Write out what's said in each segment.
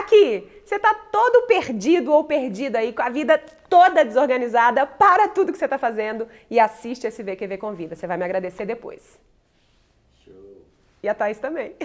Aqui, você tá todo perdido ou perdida aí, com a vida toda desorganizada, para tudo que você tá fazendo e assiste esse VQV Convida. Você vai me agradecer depois. Show. E a Thaís também.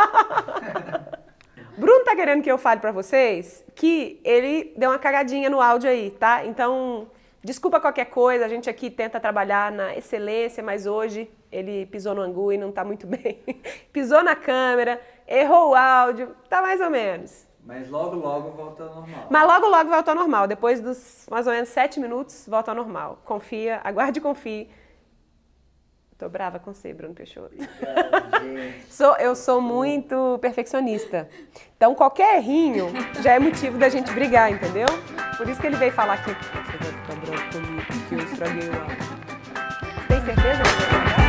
Bruno tá querendo que eu fale pra vocês que ele deu uma cagadinha no áudio aí, tá? Então, desculpa qualquer coisa, a gente aqui tenta trabalhar na excelência, mas hoje ele pisou no angu e não tá muito bem. Pisou na câmera, errou o áudio, tá mais ou menos. Mas logo volta ao normal. Mas logo volta ao normal. Depois dos mais ou menos 7 minutos, volta ao normal. Confia, aguarde e confie. Tô brava com você, Bruno Peixoto. Obrigado, gente. Eu sou muito perfeccionista. Então, qualquer errinho já é motivo da gente brigar, entendeu? Por isso que ele veio falar aqui. Você vai ficar bravo comigo porque eu estraguei o áudio. Tem certeza que vai ficar?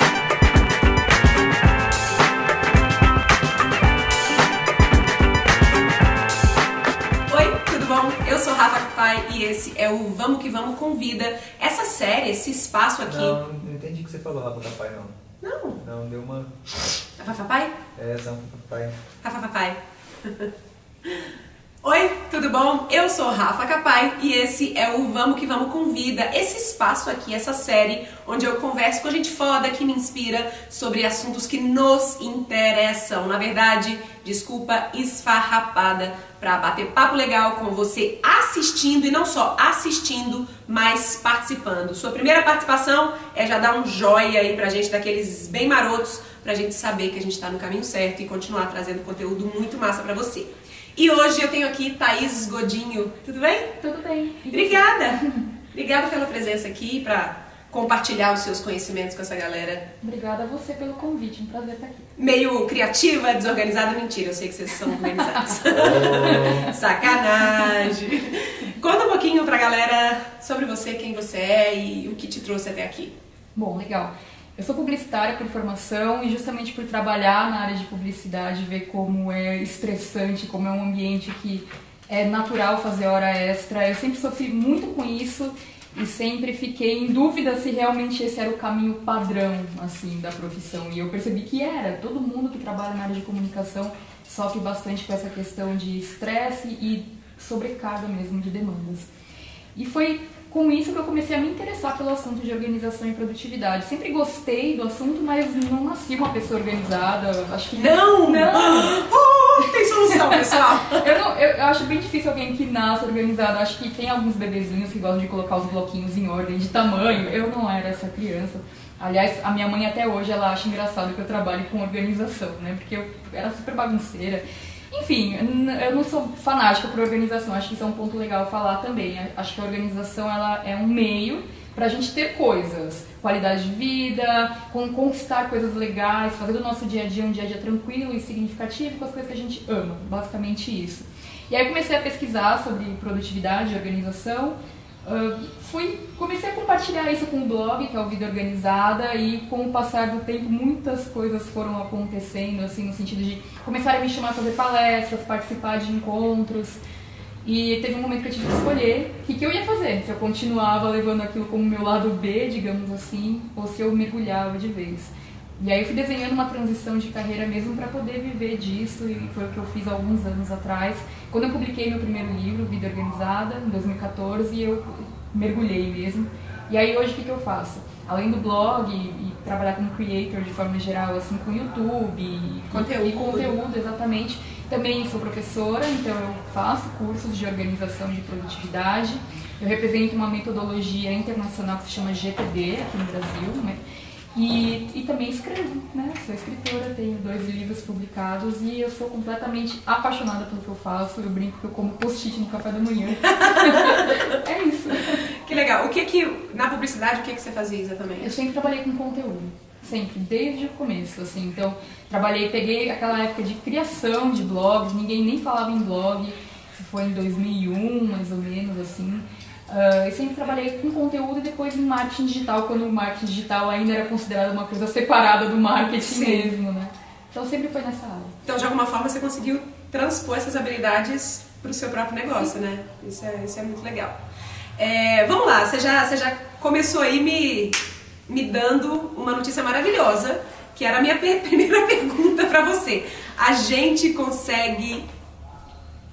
Bom, eu sou Rafa Capai e esse é o Vamos Que Vamos Convida. Essa série, esse espaço aqui... Não entendi o que você falou, Rafa Capai, não. Não. Não, deu uma... Rafa Capai? É, Rafa Capai. Rafa Capai. Oi, tudo bom? Eu sou Rafa Capai e esse é o Vamos Que Vamos Convida. Esse espaço aqui, essa série, onde eu converso com gente foda que me inspira sobre assuntos que nos interessam. Na verdade, desculpa, esfarrapada, pra bater papo legal com você assistindo e não só assistindo, mas participando. Sua primeira participação é já dar um joia aí pra gente, daqueles bem marotos, pra gente saber que a gente tá no caminho certo e continuar trazendo conteúdo muito massa pra você. E hoje eu tenho aqui Thaís Godinho. Tudo bem? Tudo bem. Obrigada. Obrigada pela presença aqui pra compartilhar os seus conhecimentos com essa galera. Obrigada a você pelo convite, um prazer estar aqui. Meio criativa, desorganizada, mentira, eu sei que vocês são organizados. Sacanagem. Conta um pouquinho pra galera sobre você, quem você é e o que te trouxe até aqui. Bom, legal. Eu sou publicitária por formação e justamente por trabalhar na área de publicidade, ver como é estressante, como é um ambiente que é natural fazer hora extra. Eu sempre sofri muito com isso e sempre fiquei em dúvida se realmente esse era o caminho padrão, assim, da profissão. E eu percebi que era. Todo mundo que trabalha na área de comunicação sofre bastante com essa questão de estresse e sobrecarga mesmo de demandas. E foi com isso que eu comecei a me interessar pelo assunto de organização e produtividade. Sempre gostei do assunto, mas não nasci uma pessoa organizada. Acho que não! Tem solução, pessoal! Eu acho bem difícil alguém que nasce organizado. Acho que tem alguns bebezinhos que gostam de colocar os bloquinhos em ordem de tamanho. Eu não era essa criança. Aliás, a minha mãe até hoje ela acha engraçado que eu trabalhe com organização, né? Porque eu era super bagunceira. Enfim, eu não sou fanática por organização, acho que isso é um ponto legal falar também. Acho que a organização ela é um meio pra gente ter coisas, qualidade de vida, conquistar coisas legais, fazer do nosso dia a dia um dia a dia tranquilo e significativo com as coisas que a gente ama, basicamente isso. E aí eu comecei a pesquisar sobre produtividade e organização, comecei a compartilhar isso com o blog, que é o Vida Organizada, e com o passar do tempo muitas coisas foram acontecendo, assim, no sentido de começar a me chamar a fazer palestras, participar de encontros, e teve um momento que eu tive que escolher o que eu ia fazer, se eu continuava levando aquilo como meu lado B, digamos assim, ou se eu mergulhava de vez. E aí eu fui desenhando uma transição de carreira mesmo para poder viver disso, e foi o que eu fiz há alguns anos atrás. Quando eu publiquei meu primeiro livro, Vida Organizada, em 2014, eu mergulhei mesmo. E aí hoje o que eu faço? Além do blog e trabalhar como creator de forma geral, assim, com YouTube e conteúdo, exatamente. Também sou professora, então eu faço cursos de organização de produtividade. Eu represento uma metodologia internacional que se chama GTD aqui no Brasil, né? E também escrevo, né? Sou escritora, tenho 2 livros publicados e eu sou completamente apaixonada pelo que eu faço. Eu brinco que eu como post-it no café da manhã. É isso. Que legal. Na publicidade, o que você fazia exatamente? Eu sempre trabalhei com conteúdo. Sempre, desde o começo, assim. Então, peguei aquela época de criação de blogs, ninguém nem falava em blog. Foi em 2001, mais ou menos, assim. Eu sempre trabalhei com conteúdo e depois em marketing digital, quando o marketing digital ainda era considerado uma coisa separada do marketing Sim. mesmo, né? Então sempre foi nessa área. Então, de alguma forma, você conseguiu transpor essas habilidades para o seu próprio negócio, Sim. né? Isso é muito legal. Vamos lá, você já começou aí me dando uma notícia maravilhosa, que era a minha primeira pergunta para você. A gente consegue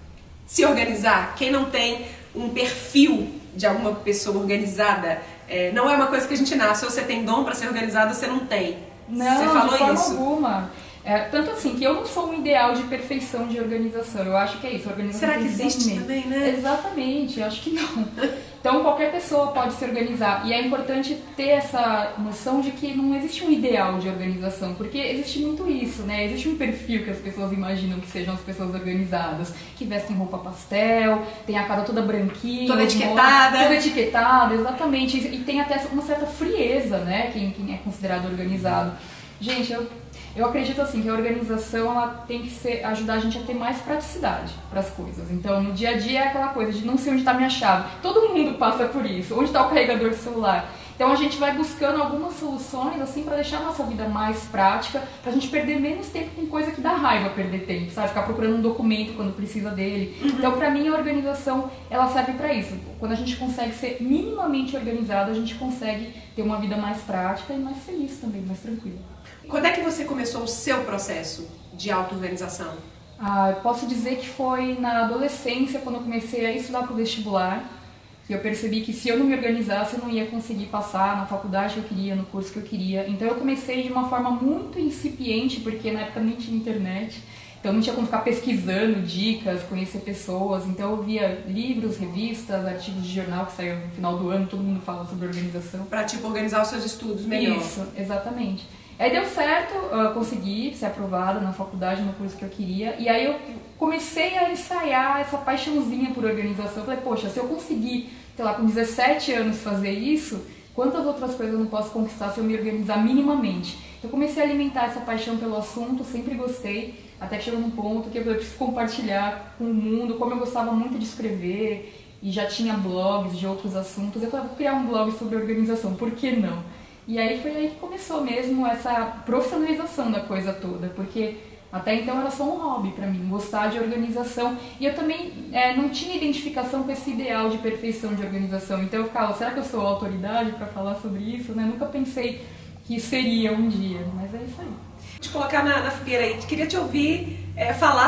se organizar? Quem não tem um perfil de alguma pessoa organizada, não é uma coisa que a gente nasce, ou você tem dom para ser organizado ou você não tem. Não, você falou de forma isso. alguma. Tanto assim, que eu não sou um ideal de perfeição de organização. Eu acho que é isso, organização. Será que existe também, né? Exatamente, eu acho que não. Então qualquer pessoa pode se organizar. E é importante ter essa noção de que não existe um ideal de organização, porque existe muito isso, né? Existe um perfil que as pessoas imaginam que sejam as pessoas organizadas, que vestem roupa pastel, tem a casa toda branquinha, toda etiquetada. Toda etiquetada, exatamente. E tem até uma certa frieza, né? Quem é considerado organizado. Gente, eu acredito assim que a organização ela tem que ajudar a gente a ter mais praticidade para as coisas. Então, no dia a dia é aquela coisa de não sei onde está minha chave. Todo mundo passa por isso. Onde está o carregador do celular? Então, a gente vai buscando algumas soluções assim para deixar a nossa vida mais prática, para a gente perder menos tempo com coisa que dá raiva perder tempo, sabe? Ficar procurando um documento quando precisa dele. Então, para mim, a organização ela serve para isso. Quando a gente consegue ser minimamente organizado, a gente consegue ter uma vida mais prática e mais feliz também, mais tranquila. Quando é que você começou o seu processo de auto-organização? Eu posso dizer que foi na adolescência, quando eu comecei a estudar para o vestibular, que eu percebi que se eu não me organizasse, eu não ia conseguir passar na faculdade que eu queria, no curso que eu queria. Então eu comecei de uma forma muito incipiente, porque na época nem tinha internet, então não tinha como ficar pesquisando dicas, conhecer pessoas. Então eu via livros, revistas, artigos de jornal que saíam no final do ano, todo mundo fala sobre organização. Para tipo organizar os seus estudos melhor. Isso, exatamente. Aí deu certo, eu consegui ser aprovada na faculdade, no curso que eu queria, e aí eu comecei a ensaiar essa paixãozinha por organização. Eu falei, poxa, se eu conseguir, sei lá, com 17 anos fazer isso, quantas outras coisas eu não posso conquistar se eu me organizar minimamente? Então eu comecei a alimentar essa paixão pelo assunto, sempre gostei, até que chegou num ponto que eu preciso compartilhar com o mundo, como eu gostava muito de escrever, e já tinha blogs de outros assuntos, eu falei, vou criar um blog sobre organização, por que não? E aí foi aí que começou mesmo essa profissionalização da coisa toda, porque até então era só um hobby pra mim, gostar de organização. E eu também não tinha identificação com esse ideal de perfeição de organização. Então eu ficava, será que eu sou autoridade pra falar sobre isso? Né? Nunca pensei que seria um dia, mas é isso aí. Vou te colocar na fogueira aí. Queria te ouvir falar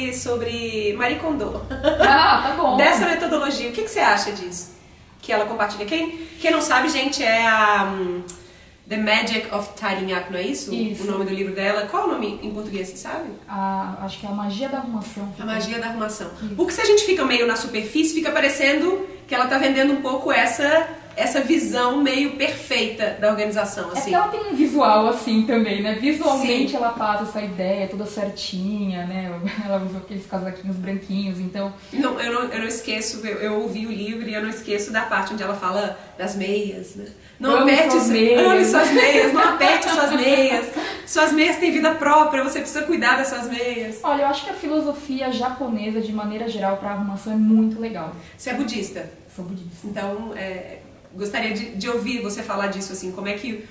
sobre Marie Kondo. Tá bom. Dessa metodologia. O que você acha disso? Que ela compartilha. Quem não sabe, gente, é a The Magic of Tidying Up, não é isso? Isso. O nome do livro dela. Qual o nome em português, você sabe? Acho que é a magia da arrumação. A magia da arrumação. Isso. Porque se a gente fica meio na superfície, fica parecendo que ela tá vendendo um pouco essa visão meio perfeita da organização, assim. É que ela tem um visual assim também, né? Visualmente Sim. ela passa essa ideia toda certinha, né? Ela usou aqueles casaquinhos branquinhos, então... Não, eu não esqueço, eu ouvi o livro e eu não esqueço da parte onde ela fala das meias, né? Não aperte suas meias, não aperte suas meias. Suas meias têm vida própria, você precisa cuidar dessas meias. Olha, eu acho que a filosofia japonesa, de maneira geral, para arrumação é muito legal. Você é budista? Sou budista. Então, gostaria de ouvir você falar disso, assim, como é que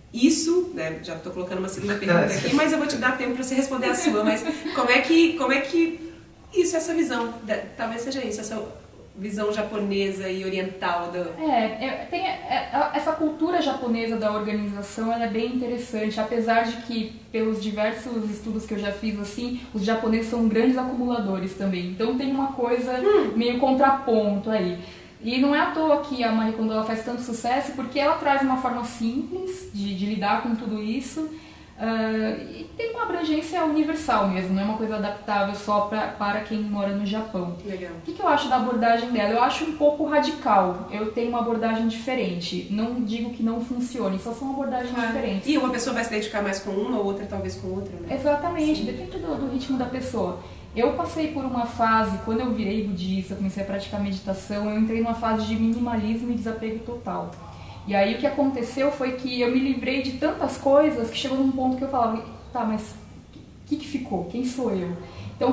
isso, né, já estou colocando uma segunda pergunta aqui, mas eu vou te dar tempo para você responder a sua, mas como é que isso, essa visão, talvez seja isso, essa visão japonesa e oriental do... Tem essa cultura japonesa da organização, ela é bem interessante, apesar de que, pelos diversos estudos que eu já fiz, assim, os japoneses são grandes acumuladores também, então tem uma coisa meio contraponto aí. E não é à toa que a Marie Kondo ela faz tanto sucesso, porque ela traz uma forma simples de lidar com tudo isso, e tem uma abrangência universal mesmo, não é uma coisa adaptável só para quem mora no Japão. Legal. O que eu acho da abordagem dela? Eu acho um pouco radical, eu tenho uma abordagem diferente, não digo que não funcione, só são abordagens diferentes. E uma pessoa vai se identificar mais com uma, outra talvez com outra, né? Exatamente, Sim. depende do ritmo da pessoa. Eu passei por uma fase, quando eu virei budista, comecei a praticar meditação, eu entrei numa fase de minimalismo e desapego total. E aí o que aconteceu foi que eu me livrei de tantas coisas que chegou num ponto que eu falava, tá, mas o que ficou? Quem sou eu? Então,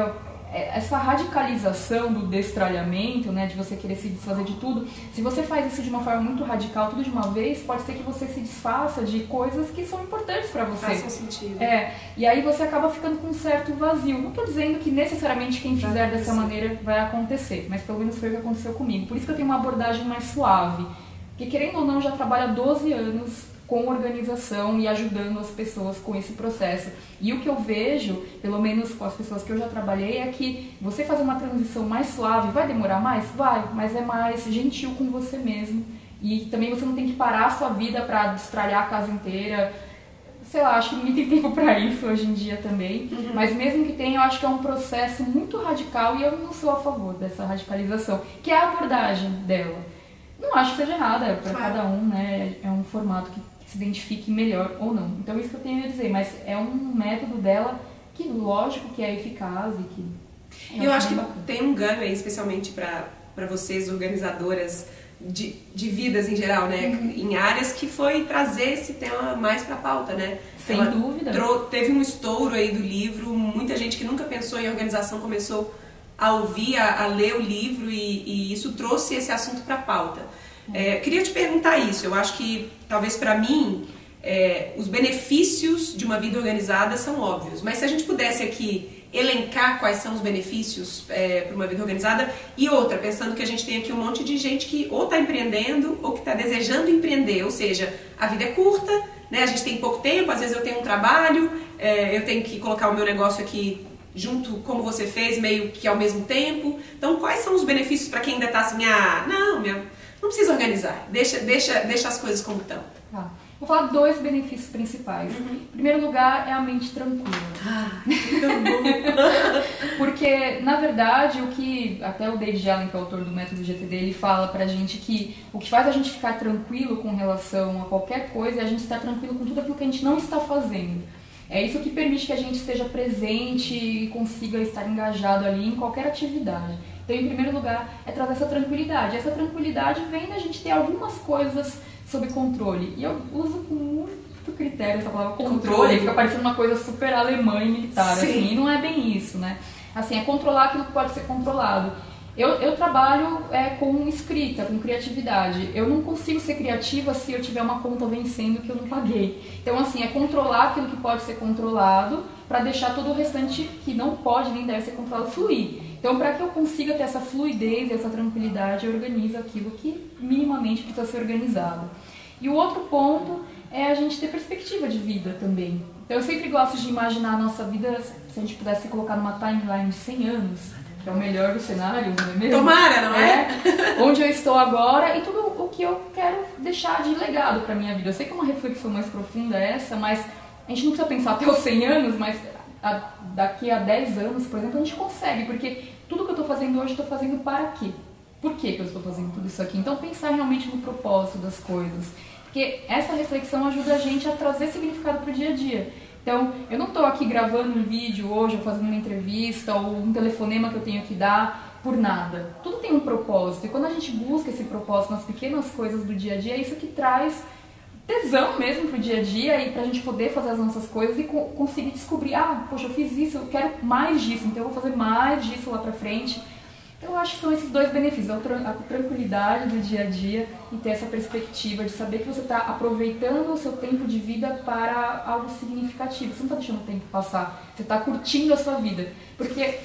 essa radicalização do destralhamento, né, de você querer se desfazer de tudo, se você faz isso de uma forma muito radical, tudo de uma vez, pode ser que você se desfaça de coisas que são importantes para você. Faz sentido. E aí você acaba ficando com um certo vazio. Não estou dizendo que necessariamente quem fizer dessa maneira vai acontecer, mas pelo menos foi o que aconteceu comigo. Por isso que eu tenho uma abordagem mais suave. Porque querendo ou não, eu já trabalho há 12 anos com organização e ajudando as pessoas com esse processo. E o que eu vejo, pelo menos com as pessoas que eu já trabalhei, é que você fazer uma transição mais suave, vai demorar mais? Vai, mas é mais gentil com você mesmo. E também você não tem que parar a sua vida para destralhar a casa inteira. Sei lá, acho que ninguém tem tempo para isso hoje em dia também. Mas mesmo que tenha, eu acho que é um processo muito radical e eu não sou a favor dessa radicalização, que é a abordagem dela. Não acho que seja errada, é para cada um, né? É um formato que se identifique melhor ou não. Então isso que eu tenho a dizer, mas é um método dela que lógico que é eficaz e que... Eu acho que tem um ganho aí, especialmente para vocês, organizadoras de vidas em geral, né? Em áreas que foi trazer esse tema mais para a pauta, né? Sem dúvida. Teve um estouro aí do livro, muita gente que nunca pensou em organização começou a ouvir, a ler o livro e isso trouxe esse assunto para a pauta. Queria te perguntar isso, eu acho que talvez para mim os benefícios de uma vida organizada são óbvios, mas se a gente pudesse aqui elencar quais são os benefícios para uma vida organizada e outra, pensando que a gente tem aqui um monte de gente que ou está empreendendo ou que está desejando empreender, ou seja, a vida é curta, né? A gente tem pouco tempo, às vezes eu tenho um trabalho, eu tenho que colocar o meu negócio aqui junto, como você fez, meio que ao mesmo tempo. Então, quais são os benefícios para quem ainda está assim, não precisa organizar, deixa as coisas como estão. Tá. Vou falar 2 benefícios principais. Em primeiro lugar, é a mente tranquila. Tão bom. Porque, na verdade, o que até o David Allen, que é o autor do método GTD, ele fala pra gente que o que faz a gente ficar tranquilo com relação a qualquer coisa é a gente estar tranquilo com tudo aquilo que a gente não está fazendo. É isso que permite que a gente esteja presente e consiga estar engajado ali em qualquer atividade. Então, em primeiro lugar, é trazer essa tranquilidade. Essa tranquilidade vem da gente ter algumas coisas sob controle. E eu uso com muito critério essa palavra controle, fica parecendo uma coisa super alemã e militar, assim, e não é bem isso, né? Assim, é controlar aquilo que pode ser controlado. Eu trabalho com escrita, com criatividade. Eu não consigo ser criativa se eu tiver uma conta vencendo que eu não paguei. Então, assim, é controlar aquilo que pode ser controlado para deixar todo o restante que não pode nem deve ser controlado fluir. Então, para que eu consiga ter essa fluidez e essa tranquilidade, eu organizo aquilo que minimamente precisa ser organizado. E o outro ponto é a gente ter perspectiva de vida também. Então, eu sempre gosto de imaginar a nossa vida, se a gente pudesse colocar numa timeline de 100 anos, que é o melhor dos cenários, não é mesmo? Tomara, não é? Onde eu estou agora e tudo o que eu quero deixar de legado para minha vida. Eu sei que é uma reflexão mais profunda essa, mas a gente não precisa pensar até os 100 anos, mas daqui a 10 anos, por exemplo, a gente consegue, porque tudo que eu estou fazendo hoje, eu estou fazendo para quê? Por que eu estou fazendo tudo isso aqui? Então, pensar realmente no propósito das coisas. Porque essa reflexão ajuda a gente a trazer significado para o dia a dia. Então, eu não estou aqui gravando um vídeo hoje, ou fazendo uma entrevista, ou um telefonema que eu tenho que dar por nada. Tudo tem um propósito. E quando a gente busca esse propósito nas pequenas coisas do dia a dia, é isso que traz tesão mesmo pro dia a dia e pra gente poder fazer as nossas coisas e conseguir descobrir, poxa, eu fiz isso, eu quero mais disso, então eu vou fazer mais disso lá pra frente. Então eu acho que são esses 2 benefícios, a tranquilidade do dia a dia e ter essa perspectiva de saber que você está aproveitando o seu tempo de vida para algo significativo. Você não está deixando o tempo passar, você está curtindo a sua vida. Porque,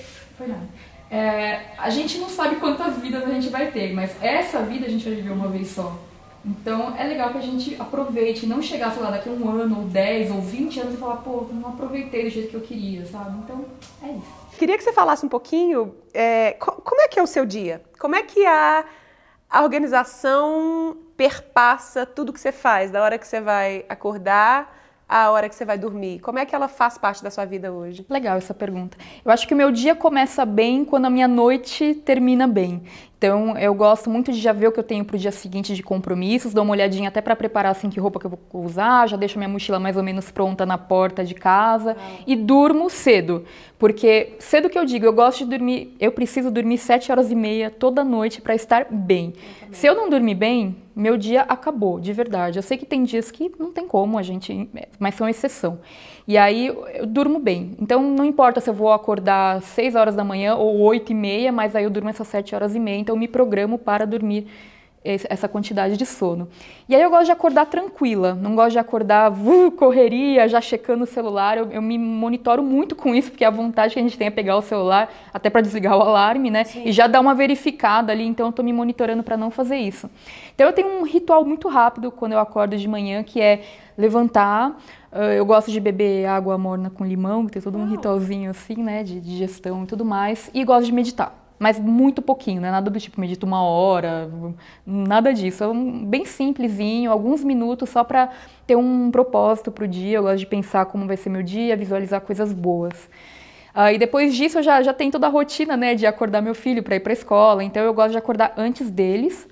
a gente não sabe quantas vidas a gente vai ter, mas essa vida a gente vai viver uma vez só. Então é legal que a gente aproveite, não chegar, sei lá, daqui a 1 ano, ou 10, ou 20 anos e falar, pô, não aproveitei do jeito que eu queria, sabe? Então é isso. Queria que você falasse um pouquinho, como é que é o seu dia? Como é que a organização perpassa tudo que você faz, da hora que você vai acordar à hora que você vai dormir? Como é que ela faz parte da sua vida hoje? Legal essa pergunta. Eu acho que o meu dia começa bem quando a minha noite termina bem. Então, eu gosto muito de já ver o que eu tenho pro dia seguinte de compromissos, dou uma olhadinha até para preparar assim que roupa que eu vou usar, já deixo a minha mochila mais ou menos pronta na porta de casa e durmo cedo. Porque, cedo que eu digo, eu gosto de dormir, eu preciso dormir 7h30 toda noite para estar bem. Se eu não dormir bem, meu dia acabou, de verdade. Eu sei que tem dias que não tem como, mas são exceção. E aí eu durmo bem. Então não importa se eu vou acordar 6 horas da manhã ou 8h30, mas aí eu durmo essas 7h30, então eu me programo para dormir essa quantidade de sono. E aí eu gosto de acordar tranquila, não gosto de acordar correria, já checando o celular. Eu me monitoro muito com isso, porque a vontade que a gente tem é pegar o celular, até para desligar o alarme, né? Sim. E já dar uma verificada ali, então eu tô me monitorando para não fazer isso. Então eu tenho um ritual muito rápido quando eu acordo de manhã, que é levantar. Eu gosto de beber água morna com limão, que tem todo um ritualzinho assim, né, de digestão e tudo mais. E gosto de meditar. Mas muito pouquinho, não é nada do tipo medito 1 hora, nada disso. É bem simplesinho, alguns minutos só para ter um propósito para o dia. Eu gosto de pensar como vai ser meu dia, visualizar coisas boas. E depois disso eu já tenho toda a rotina, né, de acordar meu filho para ir para a escola, então eu gosto de acordar antes deles.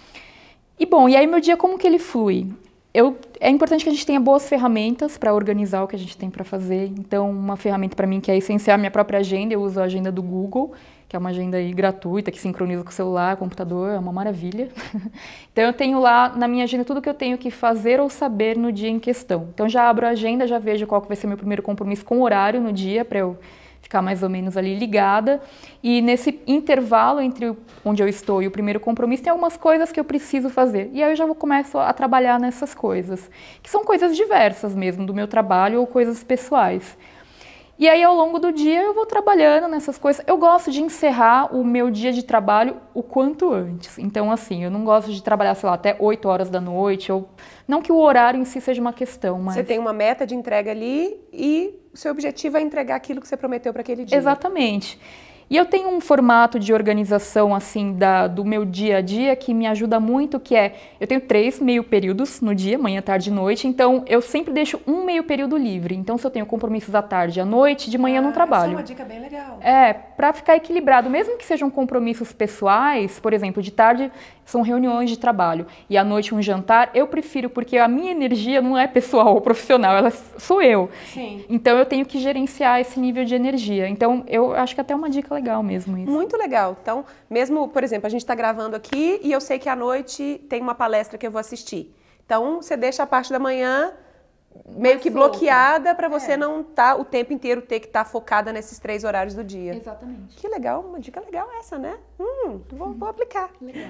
E bom, e aí meu dia como que ele flui? É importante que a gente tenha boas ferramentas para organizar o que a gente tem para fazer. Então, uma ferramenta para mim que é essencial é a minha própria agenda. Eu uso a agenda do Google, que é uma agenda aí gratuita, que sincroniza com o celular, computador, é uma maravilha. Então, eu tenho lá na minha agenda tudo que eu tenho que fazer ou saber no dia em questão. Então, já abro a agenda, já vejo qual que vai ser meu primeiro compromisso com o horário no dia, para eu ficar mais ou menos ali ligada. E nesse intervalo entre onde eu estou e o primeiro compromisso, tem algumas coisas que eu preciso fazer. E aí eu já começo a trabalhar nessas coisas, que são coisas diversas mesmo, do meu trabalho ou coisas pessoais. E aí, ao longo do dia, eu vou trabalhando nessas coisas. Eu gosto de encerrar o meu dia de trabalho o quanto antes. Então, assim, eu não gosto de trabalhar, sei lá, até 8 horas da noite. Não que o horário em si seja uma questão, mas... Você tem uma meta de entrega ali e o seu objetivo é entregar aquilo que você prometeu para aquele dia. Exatamente. E eu tenho um formato de organização, assim, do meu dia a dia que me ajuda muito, que é... Eu tenho 3 meio períodos no dia, manhã, tarde e noite, então eu sempre deixo um meio período livre. Então, se eu tenho compromissos à tarde, à noite, de manhã eu não trabalho. Essa é uma dica bem legal. Para ficar equilibrado, mesmo que sejam compromissos pessoais, por exemplo, de tarde são reuniões de trabalho e à noite um jantar, eu prefiro, porque a minha energia não é pessoal ou profissional, ela sou eu. Sim. Então, eu tenho que gerenciar esse nível de energia. Então, eu acho que até é uma dica legal mesmo isso. Muito legal. Então, mesmo, por exemplo, a gente está gravando aqui e eu sei que à noite tem uma palestra que eu vou assistir. Então, você deixa a parte da manhã meio que bloqueada para você não o tempo inteiro ter que estar focada nesses 3 horários do dia. Exatamente. Que legal, uma dica legal essa, né? Vou aplicar. Legal.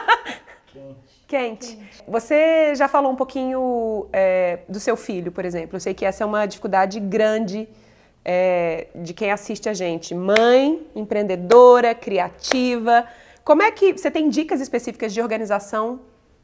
Quente. Você já falou um pouquinho do seu filho, por exemplo. Eu sei que essa é uma dificuldade grande de quem assiste a gente. Mãe, empreendedora, criativa. Como é que você tem dicas específicas de organização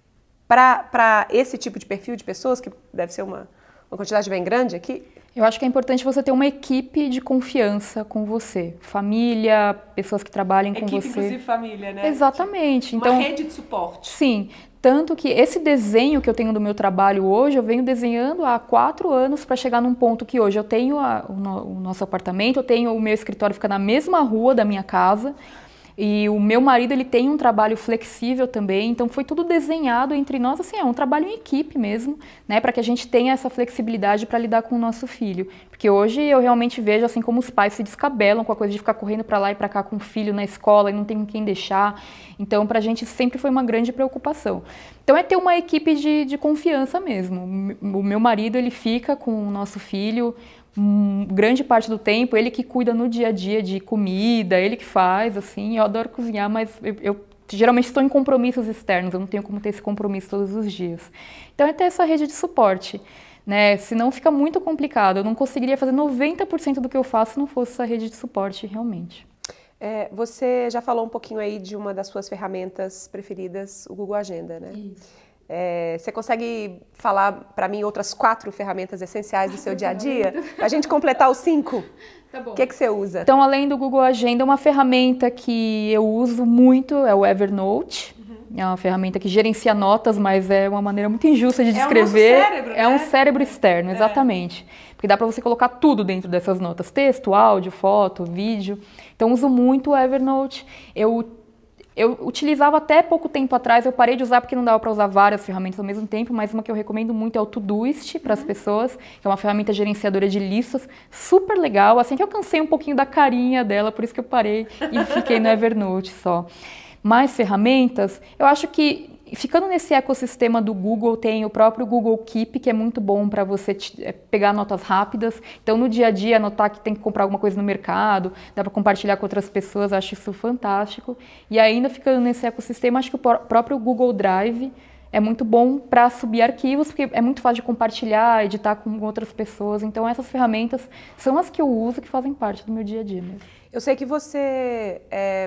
para esse tipo de perfil de pessoas, que deve ser uma quantidade bem grande aqui? Eu acho que é importante você ter uma equipe de confiança com você. Família, pessoas que trabalhem com você. Equipe, inclusive família, né? Exatamente. Uma rede de suporte. Sim. Tanto que esse desenho que eu tenho do meu trabalho hoje, eu venho desenhando há 4 anos para chegar num ponto que hoje eu tenho o nosso apartamento, eu tenho o meu escritório, fica na mesma rua da minha casa. E o meu marido, ele tem um trabalho flexível também, então foi tudo desenhado entre nós, assim, é um trabalho em equipe mesmo, né, para que a gente tenha essa flexibilidade para lidar com o nosso filho. Porque hoje eu realmente vejo, assim, como os pais se descabelam com a coisa de ficar correndo para lá e para cá com o filho na escola e não tem com quem deixar. Então, para a gente sempre foi uma grande preocupação. Então, é ter uma equipe de confiança mesmo. O meu marido, ele fica com o nosso filho grande parte do tempo, ele que cuida no dia a dia de comida, ele que faz, assim. Eu adoro cozinhar, mas eu geralmente estou em compromissos externos, eu não tenho como ter esse compromisso todos os dias. Então é ter essa rede de suporte, né? Senão fica muito complicado, eu não conseguiria fazer 90% do que eu faço se não fosse essa rede de suporte, realmente. Você já falou um pouquinho aí de uma das suas ferramentas preferidas, o Google Agenda, né? Isso. Você consegue falar para mim outras 4 ferramentas essenciais do seu dia a dia? Para a gente completar os 5? Tá bom. O que você usa? Então, além do Google Agenda, uma ferramenta que eu uso muito é o Evernote. É uma ferramenta que gerencia notas, mas é uma maneira muito injusta de descrever. É o nosso cérebro, né? É um cérebro externo, exatamente. Porque dá para você colocar tudo dentro dessas notas. Texto, áudio, foto, vídeo. Então, uso muito o Evernote. Eu utilizava até pouco tempo atrás, eu parei de usar porque não dava para usar várias ferramentas ao mesmo tempo, mas uma que eu recomendo muito é o Todoist para as pessoas, que é uma ferramenta gerenciadora de listas, super legal, assim que eu cansei um pouquinho da carinha dela, por isso que eu parei e fiquei no Evernote só. Mais ferramentas, eu acho que ficando nesse ecossistema do Google, tem o próprio Google Keep, que é muito bom para você pegar notas rápidas. Então, no dia a dia, anotar que tem que comprar alguma coisa no mercado, dá para compartilhar com outras pessoas, acho isso fantástico. E ainda ficando nesse ecossistema, acho que o próprio Google Drive é muito bom para subir arquivos, porque é muito fácil de compartilhar, editar com outras pessoas. Então, essas ferramentas são as que eu uso, que fazem parte do meu dia a dia mesmo. Eu sei que você,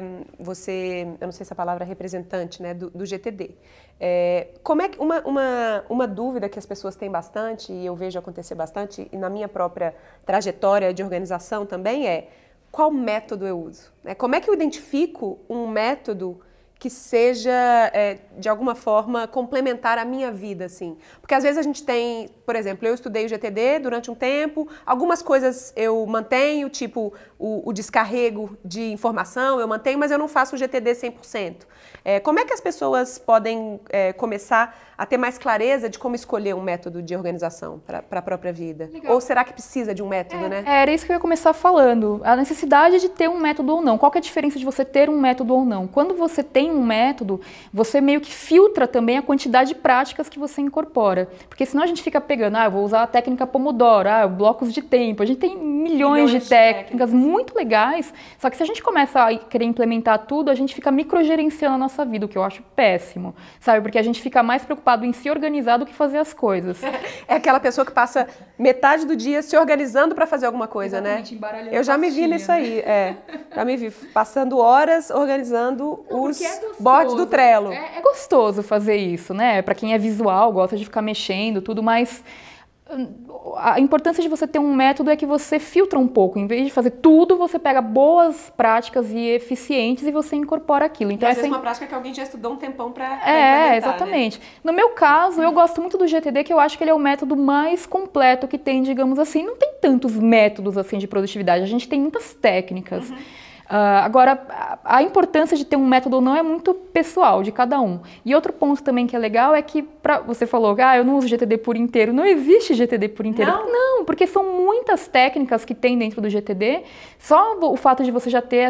eu não sei se a palavra é representante, né, do GTD. Como é que uma dúvida que as pessoas têm bastante, e eu vejo acontecer bastante, e na minha própria trajetória de organização também qual método eu uso? Como é que eu identifico um método que seja, de alguma forma, complementar a minha vida, assim? Porque às vezes a gente tem, por exemplo, eu estudei o GTD durante um tempo, algumas coisas eu mantenho, tipo o descarrego de informação, eu mantenho, mas eu não faço o GTD 100%. Como é que as pessoas podem começar a ter mais clareza de como escolher um método de organização para a própria vida? Legal. Ou será que precisa de um método, né? Era isso que eu ia começar falando. A necessidade de ter um método ou não. Qual que é a diferença de você ter um método ou não? Quando você tem um método, você meio que filtra também a quantidade de práticas que você incorpora. Porque senão a gente fica pegando, eu vou usar a técnica Pomodoro, blocos de tempo. A gente tem milhões de técnicas muito legais, só que se a gente começa a querer implementar tudo, a gente fica microgerenciando a nossa vida, o que eu acho péssimo, sabe? Porque a gente fica mais preocupado em se organizar do que fazer as coisas. É aquela pessoa que passa metade do dia se organizando para fazer alguma coisa, exatamente, né? Eu já me vi nisso aí, já me vi passando horas organizando os boards do Trello. É gostoso fazer isso, né? Para quem é visual, gosta de ficar mexendo, tudo, mas a importância de você ter um método é que você filtra um pouco. Em vez de fazer tudo, você pega boas práticas e eficientes e você incorpora aquilo. Então, às vezes uma prática que alguém já estudou um tempão para implementar, exatamente. Né? No meu caso, eu gosto muito do GTD, que eu acho que ele é o método mais completo que tem, digamos assim. Não tem tantos métodos assim de produtividade, a gente tem muitas técnicas. Agora, a importância de ter um método ou não é muito pessoal, de cada um. E outro ponto também que é legal é que, você falou, eu não uso GTD por inteiro. Não existe GTD por inteiro. Não, porque são muitas técnicas que tem dentro do GTD. Só o fato de você já ter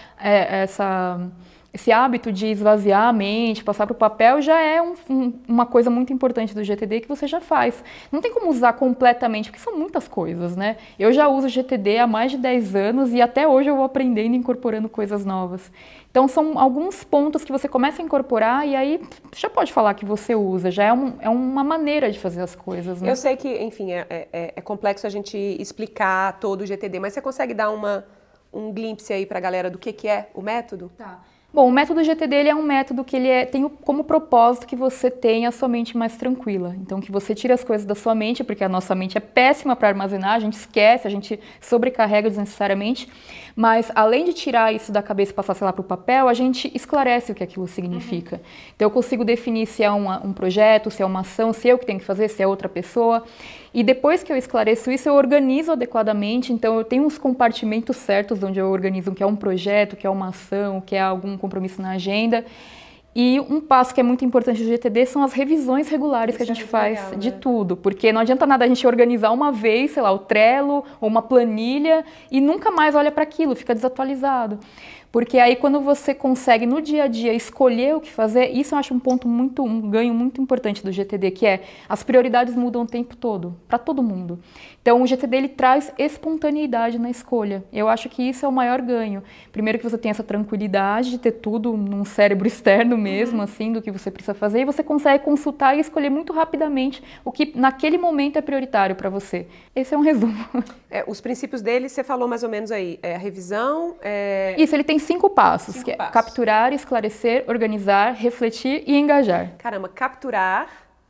esse hábito de esvaziar a mente, passar para o papel, já é uma coisa muito importante do GTD que você já faz. Não tem como usar completamente, porque são muitas coisas, né? Eu já uso GTD há mais de 10 anos e até hoje eu vou aprendendo e incorporando coisas novas. Então, são alguns pontos que você começa a incorporar e aí já pode falar que você usa, já é uma maneira de fazer as coisas, né? Eu sei que, enfim, é complexo a gente explicar todo o GTD, mas você consegue dar um glimpse aí para a galera do que é o método? Tá. Bom, o método GTD ele é um método que tem como propósito que você tenha a sua mente mais tranquila. Então, que você tire as coisas da sua mente, porque a nossa mente é péssima para armazenar, a gente esquece, a gente sobrecarrega desnecessariamente. Mas, além de tirar isso da cabeça e passar, sei lá, para o papel, a gente esclarece o que aquilo significa. Então, eu consigo definir se é um projeto, se é uma ação, se é eu que tenho que fazer, se é outra pessoa. E depois que eu esclareço isso, eu organizo adequadamente. Então, eu tenho uns compartimentos certos onde eu organizo o que é um projeto, o que é uma ação, o que é algum compromisso na agenda. E um passo que é muito importante do GTD são as revisões regulares que a gente faz legal, de tudo. Porque não adianta nada a gente organizar uma vez, sei lá, o Trello ou uma planilha e nunca mais olha para aquilo, fica desatualizado. Porque aí quando você consegue no dia a dia escolher o que fazer, isso eu acho um ganho muito importante do GTD, que é as prioridades mudam o tempo todo, para todo mundo. Então o GTD ele traz espontaneidade na escolha. Eu acho que isso é o maior ganho. Primeiro que você tem essa tranquilidade de ter tudo num cérebro externo mesmo, assim, do que você precisa fazer, e você consegue consultar e escolher muito rapidamente o que naquele momento é prioritário para você. Esse é um resumo. Os princípios dele, você falou mais ou menos aí, a revisão... Isso, ele tem 5 passos, que é capturar, esclarecer, organizar, refletir e engajar. Caramba, capturar,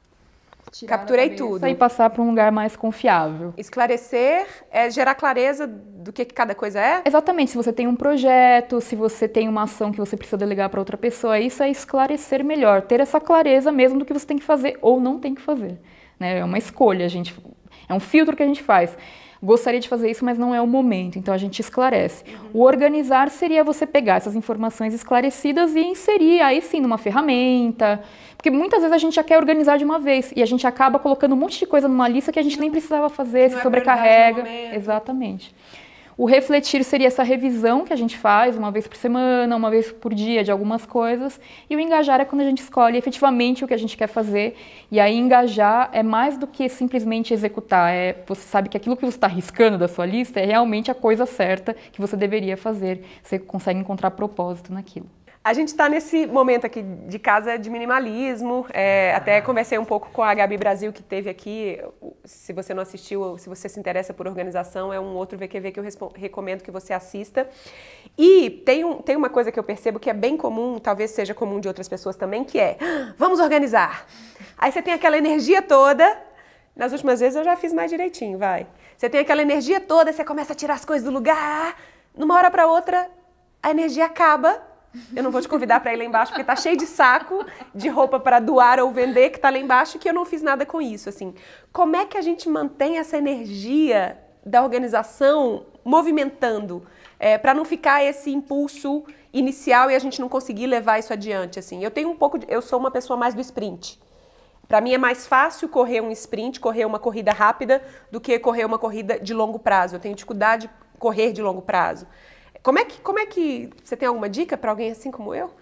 capturei tudo. E passar para um lugar mais confiável. Esclarecer é gerar clareza do que cada coisa é? Exatamente, se você tem um projeto, se você tem uma ação que você precisa delegar para outra pessoa, isso é esclarecer melhor, ter essa clareza mesmo do que você tem que fazer ou não tem que fazer. Né? É uma escolha, é um filtro que a gente faz. Gostaria de fazer isso, mas não é o momento, então a gente esclarece. O organizar seria você pegar essas informações esclarecidas e inserir aí sim numa ferramenta, porque muitas vezes a gente já quer organizar de uma vez e a gente acaba colocando um monte de coisa numa lista que a gente nem precisava fazer, se sobrecarrega. Exatamente. O refletir seria essa revisão que a gente faz uma vez por semana, uma vez por dia de algumas coisas. E o engajar é quando a gente escolhe efetivamente o que a gente quer fazer. E aí engajar é mais do que simplesmente executar. Você sabe que aquilo que você está riscando da sua lista é realmente a coisa certa que você deveria fazer. Você consegue encontrar propósito naquilo. A gente está nesse momento aqui de casa de minimalismo, até conversei um pouco com a Gabi Brasil que teve aqui, se você não assistiu ou se você se interessa por organização, é um outro VQV que eu recomendo que você assista. E tem uma coisa que eu percebo que é bem comum, talvez seja comum de outras pessoas também, que é, vamos organizar. Aí você tem aquela energia toda, nas últimas vezes eu já fiz mais direitinho, vai. Você tem aquela energia toda, você começa a tirar as coisas do lugar, numa hora para outra a energia acaba. Eu não vou te convidar para ir lá embaixo, porque tá cheio de saco de roupa para doar ou vender que tá lá embaixo, que eu não fiz nada com isso, assim. Como é que a gente mantém essa energia da organização movimentando, para não ficar esse impulso inicial e a gente não conseguir levar isso adiante, assim? Eu sou uma pessoa mais do sprint. Para mim é mais fácil correr um sprint, correr uma corrida rápida, do que correr uma corrida de longo prazo. Eu tenho dificuldade de correr de longo prazo. Como é que você tem alguma dica para alguém assim como eu?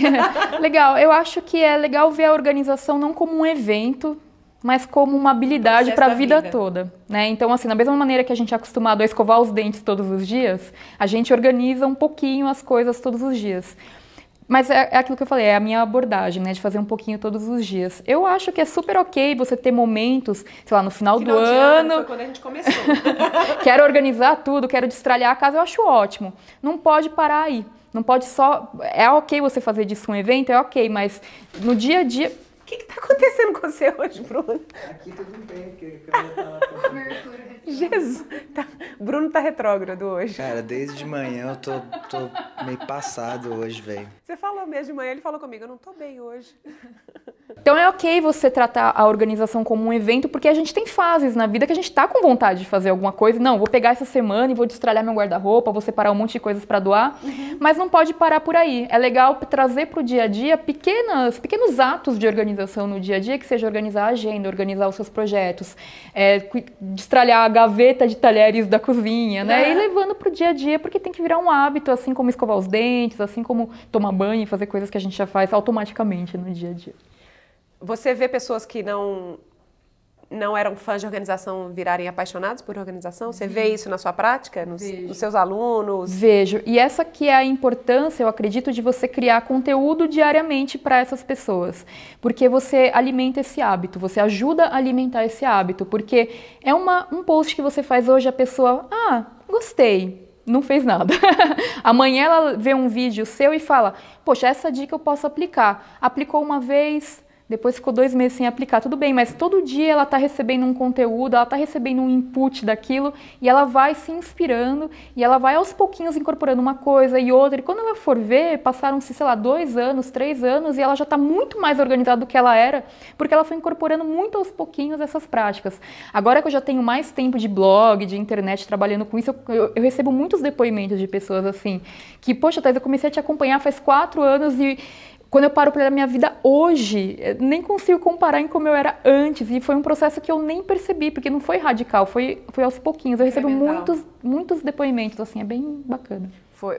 Legal, eu acho que é legal ver a organização não como um evento, mas como uma habilidade para a vida toda, né? Então, assim, da mesma maneira que a gente é acostumado a escovar os dentes todos os dias, a gente organiza um pouquinho as coisas todos os dias. Mas é aquilo que eu falei, é a minha abordagem, né, de fazer um pouquinho todos os dias. Eu acho que é super ok você ter momentos, sei lá, no final do ano... Foi quando a gente começou. Quero organizar tudo, quero destralhar a casa, eu acho ótimo. Não pode parar aí. Não pode só... É ok você fazer disso um evento, é ok, mas no dia a dia... O que está acontecendo com você hoje, Bruno? Aqui tudo bem, porque a câmera tá na Jesus, Bruno tá retrógrado hoje. Cara, desde de manhã eu tô meio passado hoje, velho. Você falou mesmo de manhã, ele falou comigo, eu não tô bem hoje. Então é ok você tratar a organização como um evento, porque a gente tem fases na vida que a gente tá com vontade de fazer alguma coisa. Não, vou pegar essa semana e vou destralhar meu guarda-roupa, vou separar um monte de coisas para doar, mas não pode parar por aí. É legal trazer pro dia a dia pequenos atos de organização no dia a dia, que seja organizar a agenda, organizar os seus projetos, destralhar a gaveta de talheres da cozinha, né? E levando pro dia a dia, porque tem que virar um hábito, assim como escovar os dentes, assim como tomar banho e fazer coisas que a gente já faz automaticamente no dia a dia. Você vê pessoas que não eram fãs de organização virarem apaixonados por organização? Você vê isso na sua prática, nos seus alunos? Vejo. E essa que é a importância, eu acredito, de você criar conteúdo diariamente para essas pessoas. Porque você alimenta esse hábito, você ajuda a alimentar esse hábito. Porque é um post que você faz hoje, a pessoa, gostei. Não fez nada. Amanhã ela vê um vídeo seu e fala, poxa, essa dica eu posso aplicar. Aplicou uma vez, depois ficou 2 meses sem aplicar, tudo bem, mas todo dia ela está recebendo um conteúdo, ela está recebendo um input daquilo e ela vai se inspirando e ela vai aos pouquinhos incorporando uma coisa e outra. E quando ela for ver, passaram-se, sei lá, 2 anos, 3 anos e ela já está muito mais organizada do que ela era, porque ela foi incorporando muito aos pouquinhos essas práticas. Agora que eu já tenho mais tempo de blog, de internet, trabalhando com isso, eu recebo muitos depoimentos de pessoas assim, que, poxa, Thais, eu comecei a te acompanhar faz 4 anos e quando eu paro para olhar a minha vida hoje, eu nem consigo comparar em como eu era antes. E foi um processo que eu nem percebi, porque não foi radical, foi aos pouquinhos. Eu recebo muitos depoimentos, assim, é bem bacana.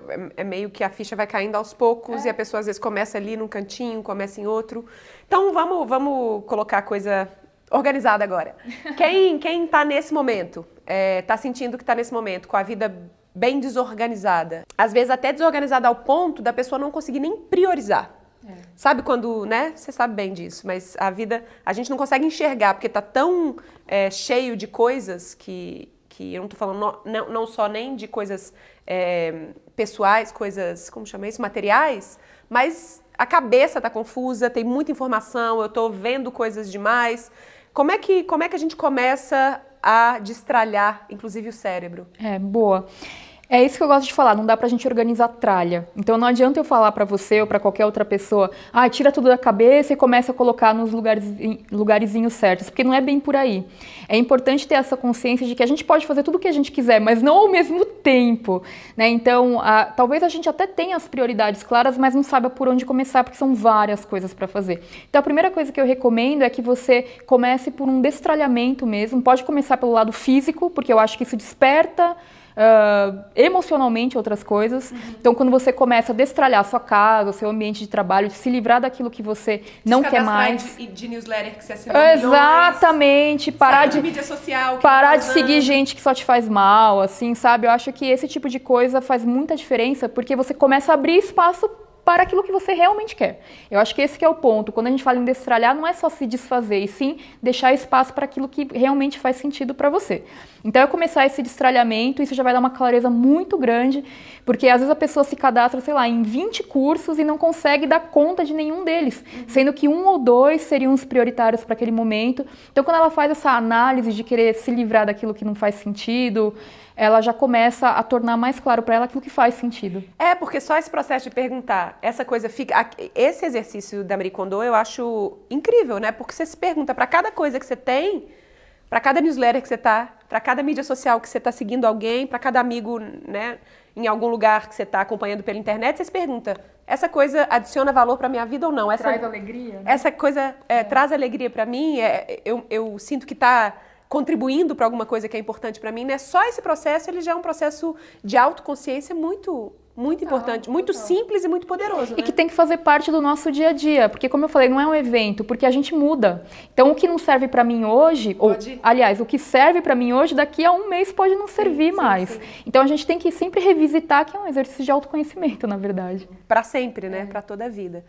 É meio que a ficha vai caindo aos poucos e a pessoa às vezes começa ali num cantinho, começa em outro. Então vamos colocar a coisa organizada agora. Quem tá nesse momento, tá sentindo que tá nesse momento, com a vida bem desorganizada. Às vezes até desorganizada ao ponto da pessoa não conseguir nem priorizar. Sabe quando, né? Você sabe bem disso, mas a vida, a gente não consegue enxergar, porque tá tão cheio de coisas que eu não tô falando não só nem de coisas pessoais, coisas, como chama isso, materiais, mas a cabeça tá confusa, tem muita informação, eu tô vendo coisas demais. Como é que a gente começa a destralhar, inclusive, o cérebro? Boa. É isso que eu gosto de falar, não dá pra gente organizar tralha. Então não adianta eu falar pra você ou pra qualquer outra pessoa, tira tudo da cabeça e começa a colocar nos lugarzinhos certos, porque não é bem por aí. É importante ter essa consciência de que a gente pode fazer tudo o que a gente quiser, mas não ao mesmo tempo, né? Então, talvez a gente até tenha as prioridades claras, mas não saiba por onde começar, porque são várias coisas pra fazer. Então a primeira coisa que eu recomendo é que você comece por um destralhamento mesmo, pode começar pelo lado físico, porque eu acho que isso desperta emocionalmente outras coisas. Então, quando você começa a destralhar a sua casa, o seu ambiente de trabalho, se livrar daquilo que você não quer mais. De newsletter que você assinou. Exatamente. Parar de mídia social. Parar de seguir gente que só te faz mal, assim, sabe? Eu acho que esse tipo de coisa faz muita diferença, porque você começa a abrir espaço para aquilo que você realmente quer. Eu acho que esse que é o ponto. Quando a gente fala em destralhar, não é só se desfazer, e sim deixar espaço para aquilo que realmente faz sentido para você. Então, eu começar esse destralhamento, isso já vai dar uma clareza muito grande, porque às vezes a pessoa se cadastra, sei lá, em 20 cursos e não consegue dar conta de nenhum deles, sendo que 1 ou 2 seriam os prioritários para aquele momento. Então, quando ela faz essa análise de querer se livrar daquilo que não faz sentido, ela já começa a tornar mais claro para ela aquilo que faz sentido. Porque só esse processo de perguntar, essa coisa fica... Esse exercício da Marie Kondo eu acho incrível, né? Porque você se pergunta para cada coisa que você tem, para cada newsletter que você tá, para cada mídia social que você está seguindo alguém, para cada amigo, né, em algum lugar que você está acompanhando pela internet, você se pergunta, essa coisa adiciona valor para minha vida ou não? Traz alegria, né? Essa coisa traz alegria para mim? Eu sinto que está contribuindo para alguma coisa que é importante para mim, né? Só esse processo, ele já é um processo de autoconsciência muito importante, muito simples e muito poderoso, E que tem que fazer parte do nosso dia a dia, porque como eu falei, não é um evento, porque a gente muda. Então o que não serve para mim hoje, aliás, o que serve para mim hoje, daqui a um mês pode não servir mais. Sim. Então a gente tem que sempre revisitar, que é um exercício de autoconhecimento, na verdade. Para sempre, né? Para toda a vida.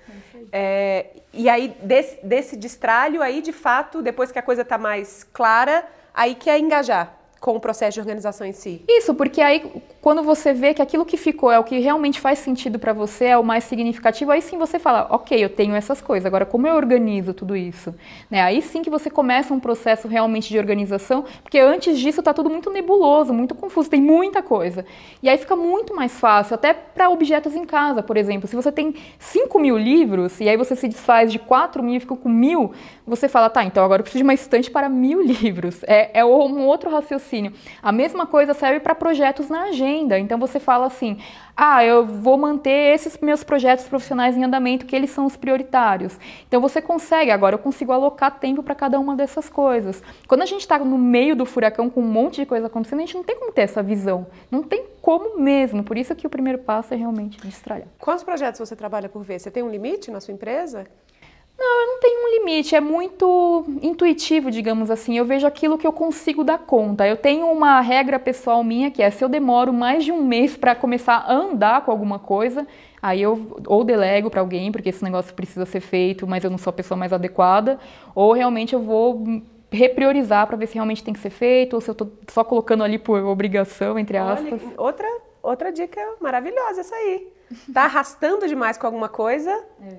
E aí, desse destralho, aí de fato, depois que a coisa está mais clara, aí que é engajar com o processo de organização em si. Isso, porque aí quando você vê que aquilo que ficou é o que realmente faz sentido para você, é o mais significativo, aí sim você fala, ok, eu tenho essas coisas, agora como eu organizo tudo isso? Né? Aí sim que você começa um processo realmente de organização, porque antes disso tá tudo muito nebuloso, muito confuso, tem muita coisa. E aí fica muito mais fácil, até para objetos em casa, por exemplo. Se você tem 5.000 livros, e aí você se desfaz de 4.000 e fica com 1.000, você fala, tá, então agora eu preciso de uma estante para 1.000 livros. É um outro raciocínio. A mesma coisa serve para projetos na agenda. Então você fala assim, eu vou manter esses meus projetos profissionais em andamento, que eles são os prioritários. Então você consegue, agora eu consigo alocar tempo para cada uma dessas coisas. Quando a gente está no meio do furacão com um monte de coisa acontecendo, a gente não tem como ter essa visão. Não tem como mesmo. Por isso que o primeiro passo é realmente destralhar. Quantos projetos você trabalha por vez? Você tem um limite na sua empresa? Não, eu não tenho um limite, é muito intuitivo, digamos assim, eu vejo aquilo que eu consigo dar conta. Eu tenho uma regra pessoal minha, que é, se eu demoro mais de um mês para começar a andar com alguma coisa, aí eu ou delego para alguém, porque esse negócio precisa ser feito, mas eu não sou a pessoa mais adequada, ou realmente eu vou repriorizar para ver se realmente tem que ser feito, ou se eu estou só colocando ali por obrigação, entre aspas. Olha, outra dica maravilhosa essa aí. Tá arrastando demais com alguma coisa?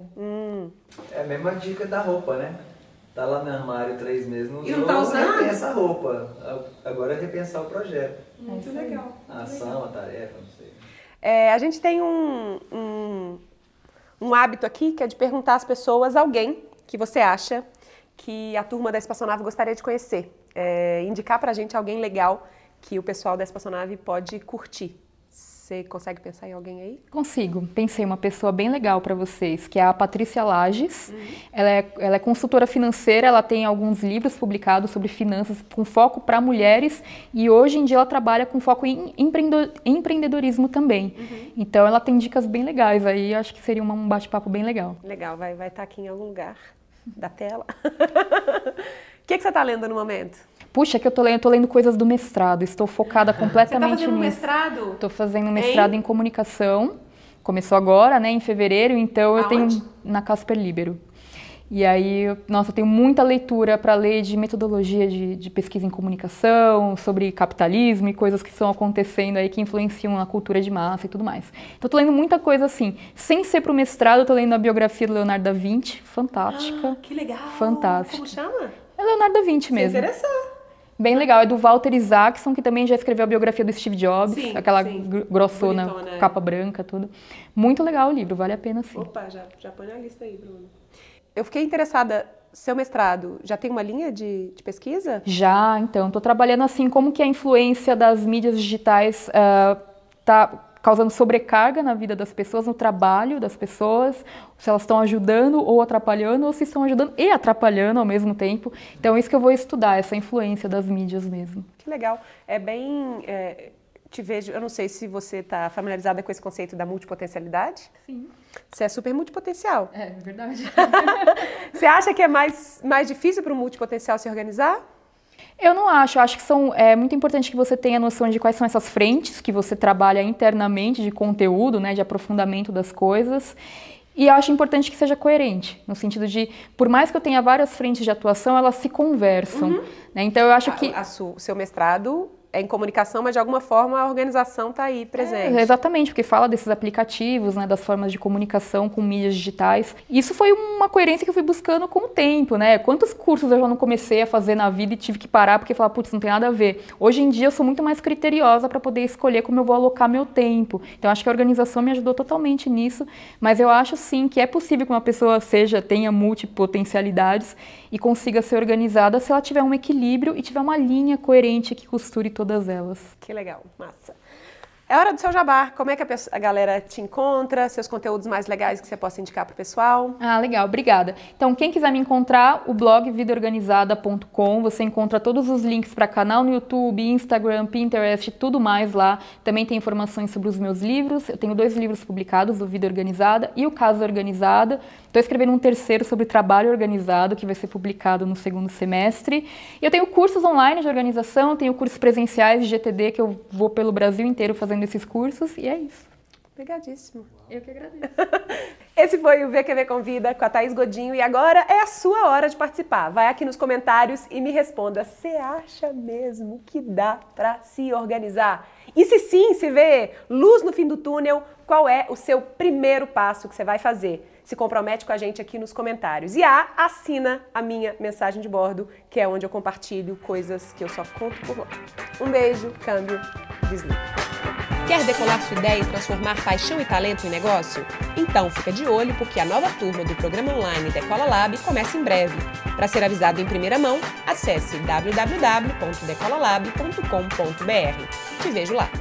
É a mesma dica da roupa, né? Tá lá no armário 3 meses, não e não tá usando? Repensa a roupa. Agora é repensar o projeto. Muito legal. A ação, a tarefa, não sei. A gente tem um hábito aqui, que é de perguntar às pessoas alguém que você acha que a turma da Espaçonave gostaria de conhecer. Indicar pra gente alguém legal que o pessoal da Espaçonave pode curtir. Você consegue pensar em alguém aí? Consigo. Pensei uma pessoa bem legal para vocês, que é a Patrícia Lages. Ela é consultora financeira, ela tem alguns livros publicados sobre finanças com foco para mulheres e hoje em dia ela trabalha com foco em empreendedorismo também. Então ela tem dicas bem legais aí, acho que seria um bate-papo bem legal. Legal, vai estar aqui em algum lugar da tela. O que você está lendo no momento? Puxa, que eu tô lendo coisas do mestrado, estou focada completamente nisso. Você tá fazendo mestrado? Estou fazendo mestrado em comunicação, começou agora, né, em fevereiro, então eu tenho na Casper Libero. E aí, eu tenho muita leitura para ler de metodologia de pesquisa em comunicação, sobre capitalismo e coisas que estão acontecendo aí que influenciam na cultura de massa e tudo mais. Então, eu tô lendo muita coisa assim. Sem ser pro mestrado, eu tô lendo a biografia do Leonardo da Vinci, fantástica. Que legal! Fantástica. Como chama? É Leonardo da Vinci mesmo. Se interessou. Bem legal, é do Walter Isaacson, que também já escreveu a biografia do Steve Jobs, aquela grossona, bonitona, capa branca, tudo. Muito legal o livro, vale a pena sim. Opa, já põe na lista aí, Bruno. Eu fiquei interessada, seu mestrado, já tem uma linha de pesquisa? Já, então, estou trabalhando assim, como que a influência das mídias digitais está causando sobrecarga na vida das pessoas, no trabalho das pessoas, se elas estão ajudando ou atrapalhando, ou se estão ajudando e atrapalhando ao mesmo tempo. Então, é isso que eu vou estudar, essa influência das mídias mesmo. Que legal. É bem... te vejo, eu não sei se você está familiarizada com esse conceito da multipotencialidade. Sim. Você é super multipotencial. É verdade. Você acha que é mais difícil para o multipotencial se organizar? Eu não acho. Eu acho que é muito importante que você tenha noção de quais são essas frentes que você trabalha internamente de conteúdo, né, de aprofundamento das coisas. E eu acho importante que seja coerente, no sentido de, por mais que eu tenha várias frentes de atuação, elas se conversam. Né? Então eu acho que... O seu mestrado é em comunicação, mas de alguma forma a organização está aí presente. Exatamente, porque fala desses aplicativos, né, das formas de comunicação com mídias digitais. Isso foi uma coerência que eu fui buscando com o tempo, né? Quantos cursos eu já não comecei a fazer na vida e tive que parar porque falar, putz, não tem nada a ver. Hoje em dia eu sou muito mais criteriosa para poder escolher como eu vou alocar meu tempo. Então acho que a organização me ajudou totalmente nisso, mas eu acho sim que é possível que uma pessoa tenha multipotencialidades e consiga ser organizada se ela tiver um equilíbrio e tiver uma linha coerente que costure todas elas. Que legal, massa. É hora do seu jabá. Como é que a galera te encontra? Seus conteúdos mais legais que você possa indicar para o pessoal? Ah, legal, obrigada. Então, quem quiser me encontrar, o blog vidaorganizada.com, você encontra todos os links para canal no YouTube, Instagram, Pinterest, tudo mais lá. Também tem informações sobre os meus livros. Eu tenho 2 livros publicados, o Vida Organizada e o Casa Organizada. Estou escrevendo um terceiro sobre trabalho organizado, que vai ser publicado no 2º semestre. E eu tenho cursos online de organização, tenho cursos presenciais de GTD, que eu vou pelo Brasil inteiro fazendo esses cursos, e é isso. Obrigadíssimo. Eu que agradeço. Esse foi o VQV Convida com a Thaís Godinho e agora é a sua hora de participar. Vai aqui nos comentários e me responda, você acha mesmo que dá para se organizar? E se sim, se vê luz no fim do túnel, qual é o seu primeiro passo que você vai fazer? Se compromete com a gente aqui nos comentários. E assina a minha mensagem de bordo, que é onde eu compartilho coisas que eu só conto por lá. Um beijo, câmbio, desliga. Quer decolar sua ideia e transformar paixão e talento em negócio? Então fica de olho porque a nova turma do programa online Decola Lab começa em breve. Para ser avisado em primeira mão, acesse www.decolalab.com.br. Te vejo lá!